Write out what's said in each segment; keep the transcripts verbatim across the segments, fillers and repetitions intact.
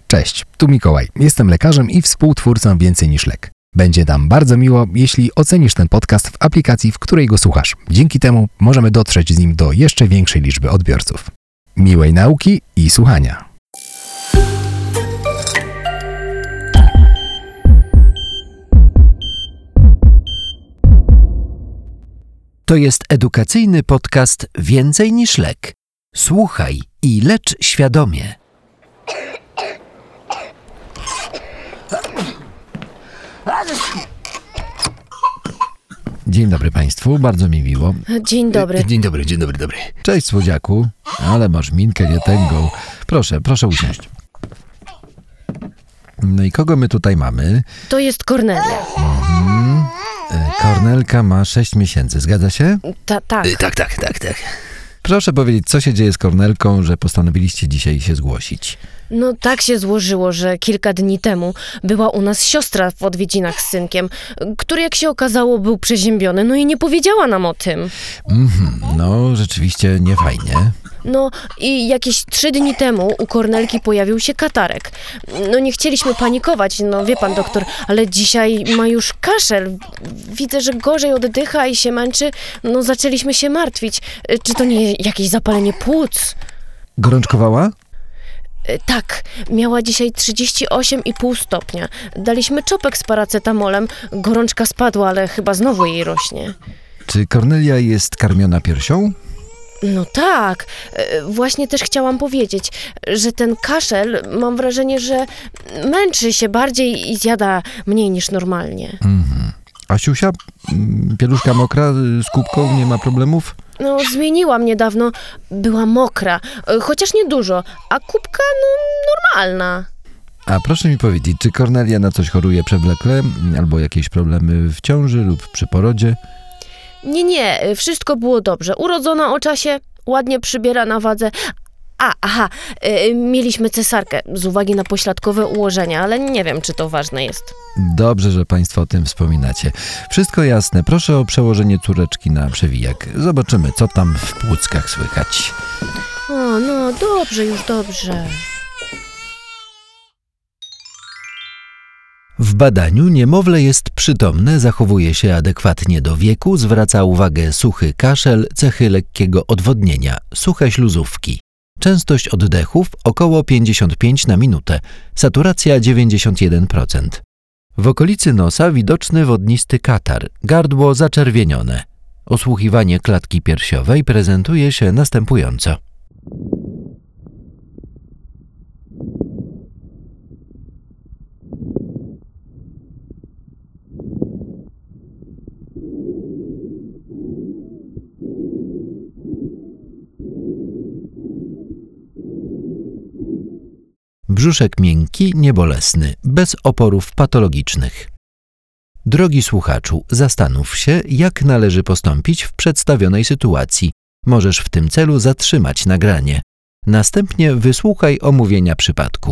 Cześć, tu Mikołaj. Jestem lekarzem i współtwórcą Więcej niż lek. Będzie nam bardzo miło, jeśli ocenisz ten podcast w aplikacji, w której go słuchasz. Dzięki temu możemy dotrzeć z nim do jeszcze większej liczby odbiorców. Miłej nauki i słuchania. To jest edukacyjny podcast Więcej niż lek. Słuchaj i lecz świadomie. Dzień dobry Państwu, bardzo mi miło. Dzień dobry. Dzień dobry, dzień dobry, dobry. Cześć słodziaku, ale masz minkę nie tęgą. Proszę, proszę usiąść. No i kogo my tutaj mamy? To jest Kornelia. Mhm. Kornelka ma sześć miesięcy, zgadza się? Ta, tak. Tak, tak, tak, tak. Proszę powiedzieć, co się dzieje z Kornelką, że postanowiliście dzisiaj się zgłosić? No tak się złożyło, że kilka dni temu była u nas siostra w odwiedzinach z synkiem, który jak się okazało był przeziębiony, no i nie powiedziała nam o tym. Mhm, no rzeczywiście nie fajnie. No i jakieś trzy dni temu u Kornelki pojawił się katarek. No nie chcieliśmy panikować, no wie pan doktor, ale dzisiaj ma już kaszel. Widzę, że gorzej oddycha i się męczy. No zaczęliśmy się martwić. Czy to nie jakieś zapalenie płuc? Gorączkowała? Tak, miała dzisiaj trzydzieści osiem i pół stopnia. Daliśmy czopek z paracetamolem. Gorączka spadła, ale chyba znowu jej rośnie. Czy Kornelia jest karmiona piersią? No tak, właśnie też chciałam powiedzieć, że ten kaszel, mam wrażenie, że męczy się bardziej i zjada mniej niż normalnie. Mhm. A siusia? Pieluszka mokra, z kubką, nie ma problemów? No, zmieniłam niedawno, była mokra, chociaż nie dużo, a kubka, no, normalna. A proszę mi powiedzieć, czy Kornelia na coś choruje przewlekle, albo jakieś problemy w ciąży lub przy porodzie? Nie, nie, wszystko było dobrze. Urodzona o czasie, ładnie przybiera na wadze. A, aha, y, mieliśmy cesarkę z uwagi na pośladkowe ułożenia, ale nie wiem, czy to ważne jest. Dobrze, że Państwo o tym wspominacie. Wszystko jasne. Proszę o przełożenie córeczki na przewijak. Zobaczymy, co tam w płuckach słychać. O, no dobrze, już dobrze. W badaniu niemowlę jest przytomne, zachowuje się adekwatnie do wieku, zwraca uwagę suchy kaszel, cechy lekkiego odwodnienia, suche śluzówki. Częstość oddechów około pięćdziesiąt pięć na minutę, saturacja dziewięćdziesiąt jeden procent. W okolicy nosa widoczny wodnisty katar, gardło zaczerwienione. Osłuchiwanie klatki piersiowej prezentuje się następująco. Brzuszek miękki, niebolesny, bez oporów patologicznych. Drogi słuchaczu, zastanów się, jak należy postąpić w przedstawionej sytuacji. Możesz w tym celu zatrzymać nagranie. Następnie wysłuchaj omówienia przypadku.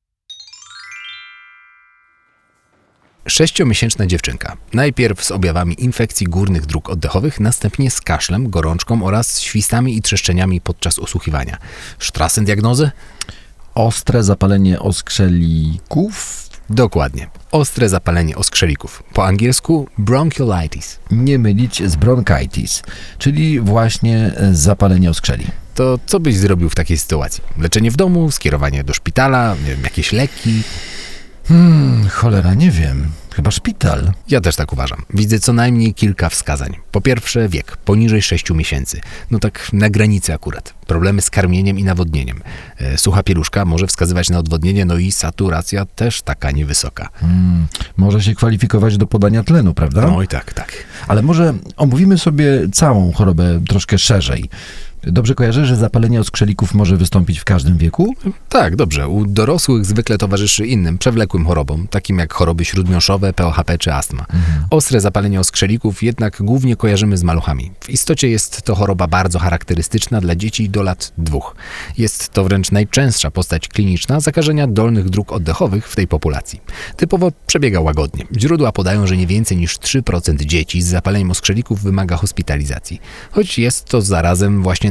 Sześciomiesięczna dziewczynka. Najpierw z objawami infekcji górnych dróg oddechowych, następnie z kaszlem, gorączką oraz świstami i trzeszczeniami podczas osłuchiwania. Sztrasen diagnozy? Ostre zapalenie oskrzelików? Dokładnie. Ostre zapalenie oskrzelików. Po angielsku bronchiolitis. Nie mylić z bronchitis, czyli właśnie zapalenie oskrzeli. To co byś zrobił w takiej sytuacji? Leczenie w domu, skierowanie do szpitala, nie wiem, jakieś leki? Hmm, cholera, nie wiem. Chyba szpital. Ja też tak uważam. Widzę co najmniej kilka wskazań. Po pierwsze wiek, poniżej sześciu miesięcy. No tak na granicy akurat. Problemy z karmieniem i nawodnieniem. E, sucha pieluszka może wskazywać na odwodnienie, no i saturacja też taka niewysoka. Hmm, może się kwalifikować do podania tlenu, prawda? No i tak, tak. Ale może omówimy sobie całą chorobę troszkę szerzej. Dobrze kojarzę, że zapalenie oskrzelików może wystąpić w każdym wieku? Tak, dobrze. U dorosłych zwykle towarzyszy innym, przewlekłym chorobom, takim jak choroby śródmiąższowe, P O H P czy astma. Mhm. Ostre zapalenie oskrzelików jednak głównie kojarzymy z maluchami. W istocie jest to choroba bardzo charakterystyczna dla dzieci do lat dwóch. Jest to wręcz najczęstsza postać kliniczna zakażenia dolnych dróg oddechowych w tej populacji. Typowo przebiega łagodnie. Źródła podają, że nie więcej niż trzy procent dzieci z zapaleniem oskrzelików wymaga hospitalizacji. Choć jest to zarazem właśnie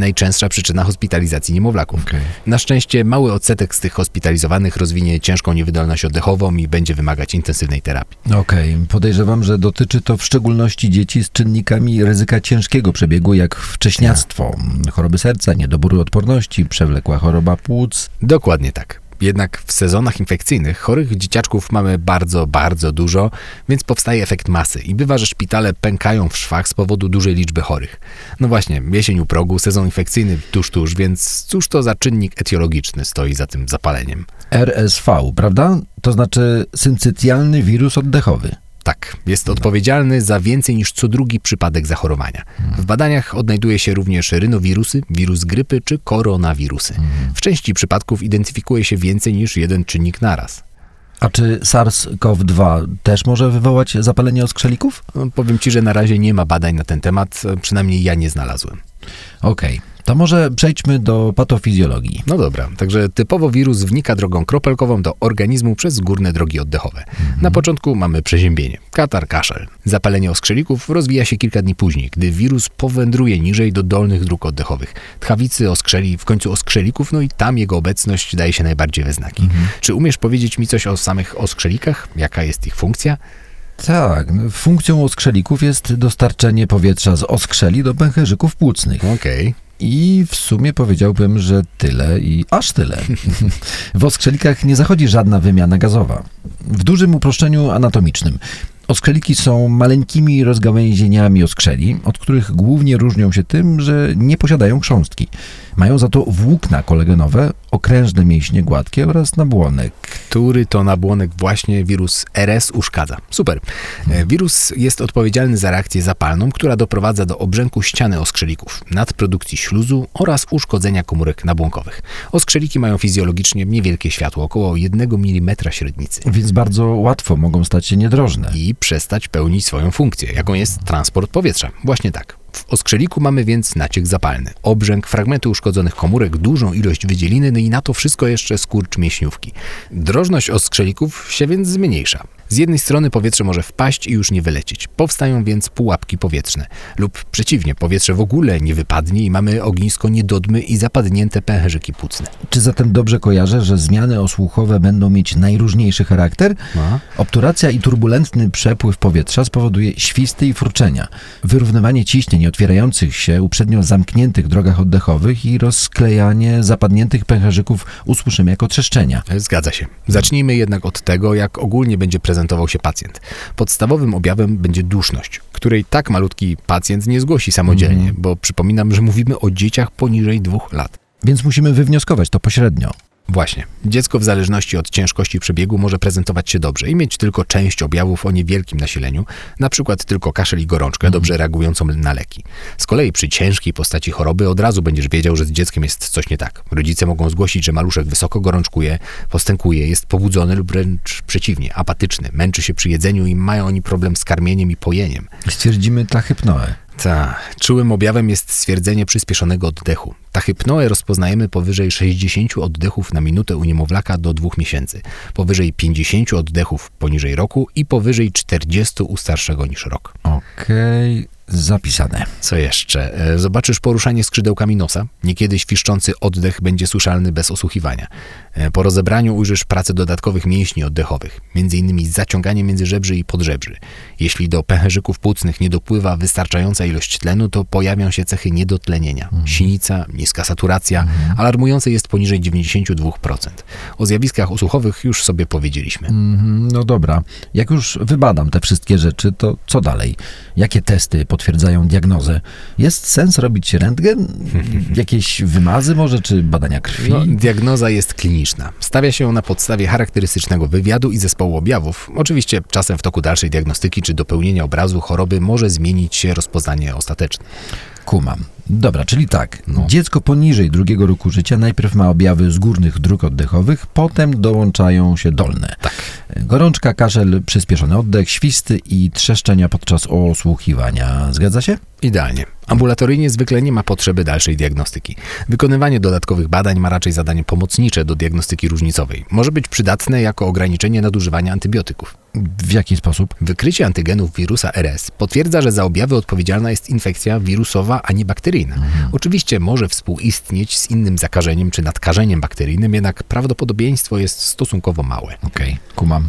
najczęstsza przyczyna hospitalizacji niemowlaków. Okej. Na szczęście mały odsetek z tych hospitalizowanych rozwinie ciężką niewydolność oddechową i będzie wymagać intensywnej terapii. Okej, podejrzewam, że dotyczy to w szczególności dzieci z czynnikami ryzyka ciężkiego przebiegu, jak wcześniactwo, choroby serca, niedoboru odporności, przewlekła choroba płuc. Dokładnie tak. Jednak w sezonach infekcyjnych chorych dzieciaczków mamy bardzo, bardzo dużo, więc powstaje efekt masy i bywa, że szpitale pękają w szwach z powodu dużej liczby chorych. No właśnie, jesień u progu, sezon infekcyjny tuż, tuż, więc cóż to za czynnik etiologiczny stoi za tym zapaleniem? R S V, prawda? To znaczy syncytialny wirus oddechowy. Tak, jest odpowiedzialny za więcej niż co drugi przypadek zachorowania. W badaniach odnajduje się również rynowirusy, wirus grypy czy koronawirusy. W części przypadków identyfikuje się więcej niż jeden czynnik naraz. A czy SARS-CoV dwa też może wywołać zapalenie oskrzelików? No, powiem Ci, że na razie nie ma badań na ten temat, przynajmniej ja nie znalazłem. Okej, to może przejdźmy do patofizjologii. No dobra, także typowo wirus wnika drogą kropelkową do organizmu przez górne drogi oddechowe. Na początku mamy przeziębienie, katar, kaszel. Zapalenie oskrzelików rozwija się kilka dni później, gdy wirus powędruje niżej do dolnych dróg oddechowych. Tchawicy, oskrzeli, w końcu oskrzelików, no i tam jego obecność daje się najbardziej we znaki. Mhm. Czy umiesz powiedzieć mi coś o samych oskrzelikach? Jaka jest ich funkcja? Tak, funkcją oskrzelików jest dostarczenie powietrza z oskrzeli do pęcherzyków płucnych. Okej. I w sumie powiedziałbym, że tyle i aż tyle. W oskrzelikach nie zachodzi żadna wymiana gazowa. W dużym uproszczeniu anatomicznym. Oskrzeliki są maleńkimi rozgałęzieniami oskrzeli, od których głównie różnią się tym, że nie posiadają chrząstki. Mają za to włókna kolagenowe, okrężne mięśnie gładkie oraz nabłonek. Który to nabłonek właśnie wirus R S uszkadza. Super. E, Wirus jest odpowiedzialny za reakcję zapalną, która doprowadza do obrzęku ściany oskrzelików, nadprodukcji śluzu oraz uszkodzenia komórek nabłonkowych. Oskrzeliki mają fizjologicznie niewielkie światło, około jednego milimetra średnicy. Więc bardzo łatwo mogą stać się niedrożne. I przestać pełnić swoją funkcję, jaką jest transport powietrza. Właśnie tak. W oskrzeliku mamy więc naciek zapalny, obrzęk, fragmenty uszkodzonych komórek, dużą ilość wydzieliny, no i na to wszystko jeszcze skurcz mięśniówki. Drożność ostrzelików się więc zmniejsza. Z jednej strony powietrze może wpaść i już nie wylecieć. Powstają więc pułapki powietrzne. Lub przeciwnie, powietrze w ogóle nie wypadnie i mamy ognisko niedodmy i zapadnięte pęcherzyki płucne. Czy zatem dobrze kojarzę, że zmiany osłuchowe będą mieć najróżniejszy charakter? No. Obturacja i turbulentny przepływ powietrza spowoduje świsty i furczenia, wyrównywanie ciśnień otwierających się uprzednio zamkniętych drogach oddechowych i rozklejanie zapadniętych pęcherzyków usłyszymy jako trzeszczenia. Zgadza się. Zacznijmy jednak od tego, jak ogólnie będzie prezentował się pacjent. Podstawowym objawem będzie duszność, której tak malutki pacjent nie zgłosi samodzielnie, Mhm. bo przypominam, że mówimy o dzieciach poniżej dwóch lat. Więc musimy wywnioskować to pośrednio. Właśnie. Dziecko w zależności od ciężkości przebiegu może prezentować się dobrze i mieć tylko część objawów o niewielkim nasileniu, na przykład tylko kaszel i gorączkę, dobrze reagującą na leki. Z kolei przy ciężkiej postaci choroby od razu będziesz wiedział, że z dzieckiem jest coś nie tak. Rodzice mogą zgłosić, że maluszek wysoko gorączkuje, postękuje, jest pobudzony lub wręcz przeciwnie, apatyczny, męczy się przy jedzeniu i mają oni problem z karmieniem i pojeniem. Stwierdzimy tachypnoę. Tak, czułym objawem jest stwierdzenie przyspieszonego oddechu. Tachypnoę rozpoznajemy powyżej sześćdziesięciu oddechów na minutę u niemowlaka do dwóch miesięcy, powyżej pięćdziesięciu oddechów poniżej roku i powyżej czterdziestu u starszego niż rok. Okej, zapisane. Co jeszcze? E, Zobaczysz poruszanie skrzydełkami nosa. Niekiedy świszczący oddech będzie słyszalny bez osłuchiwania. E, Po rozebraniu ujrzysz pracę dodatkowych mięśni oddechowych, między innymi zaciąganie międzyżebrzy i podżebrzy. Jeśli do pęcherzyków płucnych nie dopływa wystarczająca ilość tlenu, to pojawią się cechy niedotlenienia. Sinica, niska saturacja, alarmujące jest poniżej dziewięćdziesiąt dwa procent. O zjawiskach usłuchowych już sobie powiedzieliśmy. Mhm, no dobra, jak już wybadam te wszystkie rzeczy, to co dalej? Jakie testy potwierdzają diagnozę? Jest sens robić rentgen? Jakieś wymazy może, czy badania krwi? No, diagnoza jest kliniczna. Stawia się na podstawie charakterystycznego wywiadu i zespołu objawów. Oczywiście czasem w toku dalszej diagnostyki czy dopełnienia obrazu choroby może zmienić się rozpoznanie ostateczne. Kumam. Dobra, czyli tak. No. Dziecko poniżej drugiego roku życia najpierw ma objawy z górnych dróg oddechowych, potem dołączają się dolne. Tak. Gorączka, kaszel, przyspieszony oddech, świsty i trzeszczenia podczas osłuchiwania. Zgadza się? Idealnie. Ambulatoryjnie zwykle nie ma potrzeby dalszej diagnostyki. Wykonywanie dodatkowych badań ma raczej zadanie pomocnicze do diagnostyki różnicowej. Może być przydatne jako ograniczenie nadużywania antybiotyków. W jaki sposób? Wykrycie antygenów wirusa R S potwierdza, że za objawy odpowiedzialna jest infekcja wirusowa, a nie bakteryjna. Mhm. Oczywiście może współistnieć z innym zakażeniem czy nadkażeniem bakteryjnym, jednak prawdopodobieństwo jest stosunkowo małe. Okej, okay, kumam.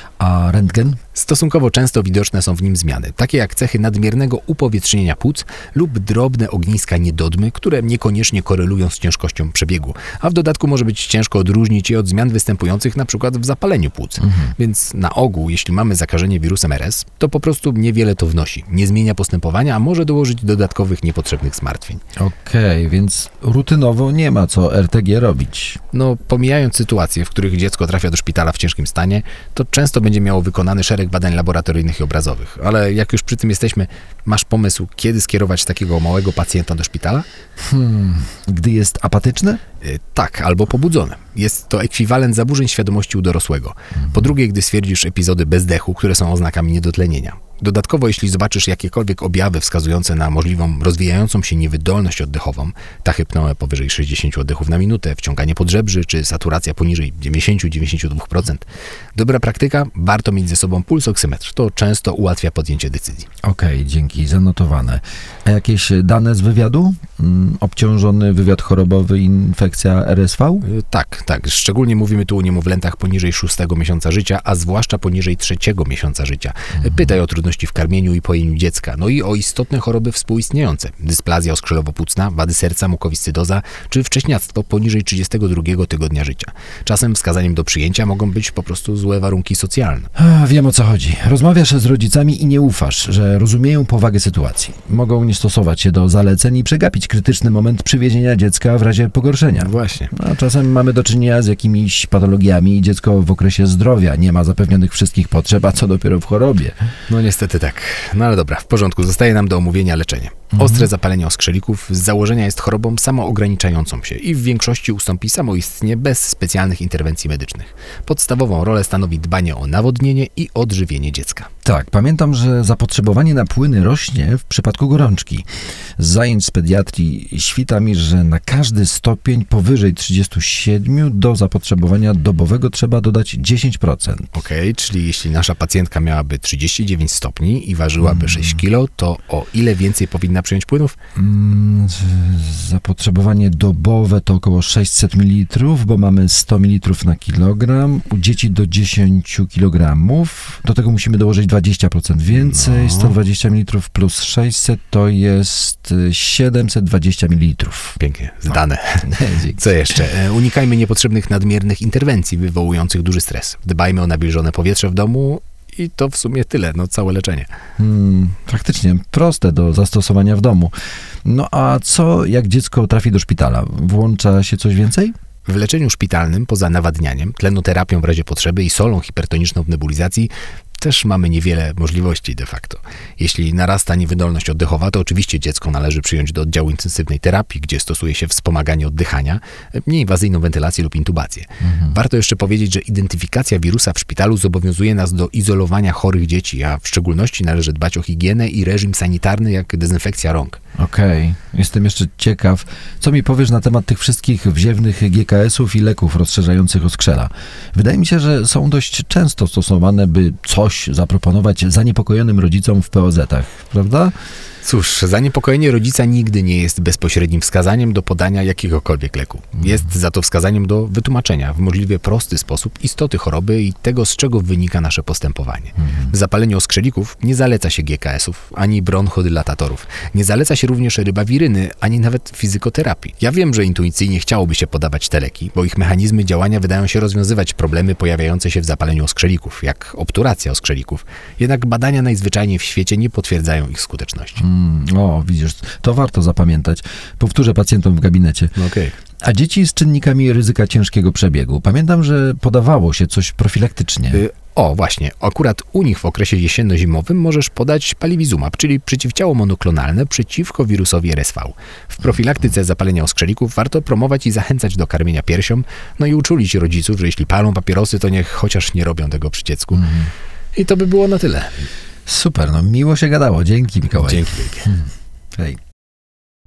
A rentgen? Stosunkowo często widoczne są w nim zmiany, takie jak cechy nadmiernego upowietrznienia płuc lub drobne ogniska niedodmy, które niekoniecznie korelują z ciężkością przebiegu, a w dodatku może być ciężko odróżnić je od zmian występujących na przykład w zapaleniu płuc. Mhm. Więc na ogół, jeśli mamy zakażenie wirusem R S, to po prostu niewiele to wnosi, nie zmienia postępowania, a może dołożyć dodatkowych niepotrzebnych zmartwień. Okej, okay, więc rutynowo nie ma co R T G robić. No, pomijając sytuacje, w których dziecko trafia do szpitala w ciężkim stanie, to często będzie miało wykonany szereg badań laboratoryjnych i obrazowych. Ale jak już przy tym jesteśmy, masz pomysł, kiedy skierować takiego małego pacjenta do szpitala? Hmm, gdy jest apatyczny? Yy, tak, albo pobudzony. Jest to ekwiwalent zaburzeń świadomości u dorosłego. Po drugie, gdy stwierdzisz epizody bezdechu, które są oznakami niedotlenienia. Dodatkowo, jeśli zobaczysz jakiekolwiek objawy wskazujące na możliwą rozwijającą się niewydolność oddechową, tachypnoę powyżej sześćdziesiąt oddechów na minutę, wciąganie podżebrzy czy saturacja poniżej dziewięćdziesiąt do dziewięćdziesięciu dwóch procent. Dobra praktyka, warto mieć ze sobą pulsoksymetr. To często ułatwia podjęcie decyzji. Okej, okay, dzięki, zanotowane. A jakieś dane z wywiadu? Mm, obciążony wywiad chorobowy, infekcja R S V? Yy, tak, tak. Szczególnie mówimy tu o niemowlętach poniżej szóstego miesiąca życia, a zwłaszcza poniżej trzeciego miesiąca życia. Mhm. Pytaj o trudności w karmieniu i pojeniu dziecka, no i o istotne choroby współistniejące. Dysplazja oskrzelowo-płucna, wady serca, mukowiscydoza czy wcześniactwo poniżej trzydziestego drugiego tygodnia życia. Czasem wskazaniem do przyjęcia mogą być po prostu złe warunki socjalne. A, wiem o co chodzi. Rozmawiasz z rodzicami i nie ufasz, że rozumieją powagę sytuacji. Mogą nie stosować się do zaleceń i przegapić krytyczny moment przywiezienia dziecka w razie pogorszenia. Właśnie. A czasem mamy do czynienia z jakimiś patologiami i dziecko w okresie zdrowia nie ma zapewnionych wszystkich potrzeb, a co dopiero w chorobie. No niestety tak. No ale dobra, w porządku. Zostaje nam do omówienia leczenie. Ostre zapalenie oskrzelików z założenia jest chorobą samoograniczającą się i w większości ustąpi samoistnie bez specjalnych interwencji medycznych. Podstawową rolę stanowi dbanie o nawodnienie i odżywienie dziecka. Tak, pamiętam, że zapotrzebowanie na płyny rośnie w przypadku gorączki. Z zajęć z pediatrii świta mi, że na każdy stopień powyżej trzydziestu siedmiu do zapotrzebowania dobowego trzeba dodać dziesięć procent. Okej, okay, czyli jeśli nasza pacjentka miałaby trzydzieści dziewięć stopni i ważyłaby hmm. sześć kilo, to o ile więcej powinna przyjąć płynów? Mm, zapotrzebowanie dobowe to około sześćset mililitrów, bo mamy sto mililitrów na kilogram. U dzieci do dziesięciu kilogramów. Do tego musimy dołożyć dwadzieścia procent więcej. No. sto dwadzieścia mililitrów plus sześćset to jest siedemset dwadzieścia mililitrów. Pięknie, zdane. Co jeszcze? Unikajmy niepotrzebnych nadmiernych interwencji wywołujących duży stres. Dbajmy o nawilżone powietrze w domu. I to w sumie tyle, no całe leczenie. Hmm, faktycznie proste do zastosowania w domu. No a co, jak dziecko trafi do szpitala? Włącza się coś więcej? W leczeniu szpitalnym, poza nawadnianiem, tlenoterapią w razie potrzeby i solą hipertoniczną w nebulizacji, też mamy niewiele możliwości de facto. Jeśli narasta niewydolność oddechowa, to oczywiście dziecko należy przyjąć do oddziału intensywnej terapii, gdzie stosuje się wspomaganie oddychania, nieinwazyjną wentylację lub intubację. Mhm. Warto jeszcze powiedzieć, że identyfikacja wirusa w szpitalu zobowiązuje nas do izolowania chorych dzieci, a w szczególności należy dbać o higienę i reżim sanitarny, jak dezynfekcja rąk. Okej, okay. Jestem jeszcze ciekaw, co mi powiesz na temat tych wszystkich wziewnych G K S-ów i leków rozszerzających oskrzela. Wydaje mi się, że są dość często stosowane, by coś zaproponować zaniepokojonym rodzicom w P O Z-ach, prawda? Cóż, zaniepokojenie rodzica nigdy nie jest bezpośrednim wskazaniem do podania jakiegokolwiek leku. Jest za to wskazaniem do wytłumaczenia w możliwie prosty sposób istoty choroby i tego, z czego wynika nasze postępowanie. W zapaleniu oskrzelików nie zaleca się G K S-ów, ani bronchodylatatorów. Nie zaleca się również rybawiryny, ani nawet fizykoterapii. Ja wiem, że intuicyjnie chciałoby się podawać te leki, bo ich mechanizmy działania wydają się rozwiązywać problemy pojawiające się w zapaleniu oskrzelików, jak obturacja oskrzelików. Jednak badania najzwyczajniej w świecie nie potwierdzają ich skuteczności. Mm, o, widzisz, to warto zapamiętać. Powtórzę pacjentom w gabinecie. Okej. A dzieci z czynnikami ryzyka ciężkiego przebiegu. Pamiętam, że podawało się coś profilaktycznie. Y- o, właśnie. Akurat u nich w okresie jesienno-zimowym możesz podać palivizumab, czyli przeciwciało monoklonalne przeciwko wirusowi R S V. W profilaktyce zapalenia oskrzelików warto promować i zachęcać do karmienia piersią, no i uczulić rodziców, że jeśli palą papierosy, to niech chociaż nie robią tego przy dziecku. Mm. I to by było na tyle. Super, no miło się gadało. Dzięki, Mikołaj. Dzięki wielkie. Hej.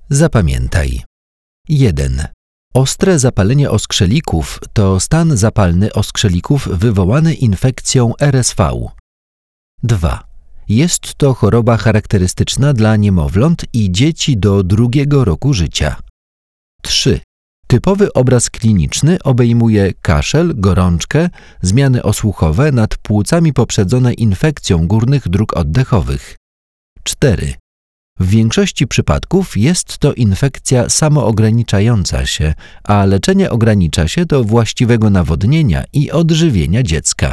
Zapamiętaj. jeden. Ostre zapalenie oskrzelików to stan zapalny oskrzelików wywołany infekcją R S V. dwa. Jest to choroba charakterystyczna dla niemowląt i dzieci do drugiego roku życia. trzy. Typowy obraz kliniczny obejmuje kaszel, gorączkę, zmiany osłuchowe nad płucami poprzedzone infekcją górnych dróg oddechowych. cztery. W większości przypadków jest to infekcja samoograniczająca się, a leczenie ogranicza się do właściwego nawodnienia i odżywienia dziecka.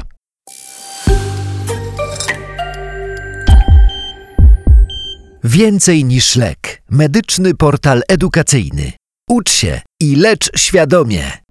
Więcej niż lek. Medyczny portal edukacyjny. Ucz się i lecz świadomie.